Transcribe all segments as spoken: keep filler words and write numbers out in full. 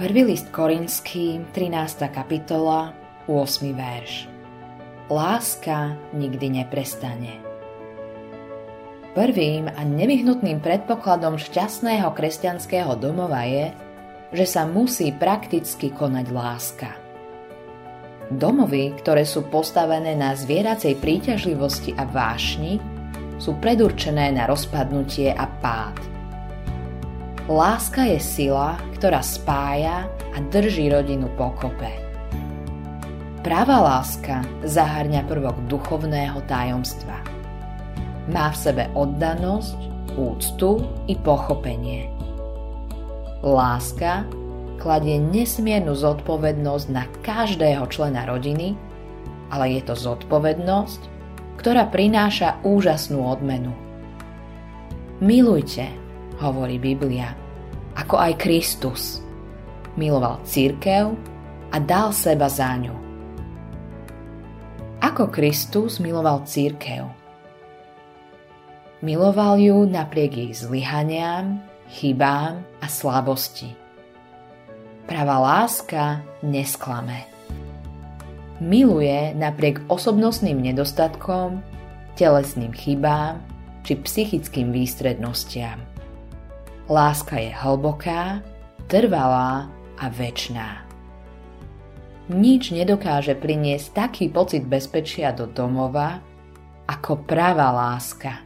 Prvý list Korinským, trinásta kapitola, ôsmy verš. Láska nikdy neprestane. Prvým a nevyhnutným predpokladom šťastného kresťanského domova je, že sa musí prakticky konať láska. Domovy, ktoré sú postavené na zvieracej príťažlivosti a vášni, sú predurčené na rozpadnutie a pád. Láska je sila, ktorá spája a drží rodinu pokope. Pravá láska zahŕňa prvok duchovného tajomstva. Má v sebe oddanosť, úctu i pochopenie. Láska kladie nesmiernu zodpovednosť na každého člena rodiny, ale je to zodpovednosť, ktorá prináša úžasnú odmenu. Milujte, hovorí Biblia, ako aj Kristus miloval cirkev a dal seba za ňu. Ako Kristus miloval cirkev? Miloval ju napriek jej zlyhaniam, chybám a slabosti. Pravá láska nesklame. Miluje napriek osobnostným nedostatkom, telesným chybám či psychickým výstrednostiam. Láska je hlboká, trvalá a večná. Nič nedokáže priniesť taký pocit bezpečia do domova, ako pravá láska.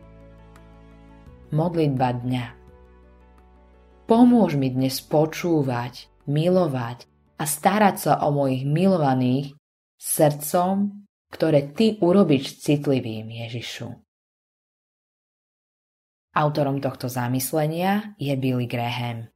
Modlitba dňa. Pomôž mi dnes počúvať, milovať a starať sa o mojich milovaných srdcom, ktoré Ty urobíš citlivým, Ježišu. Autorom tohto zamyslenia je Billy Graham.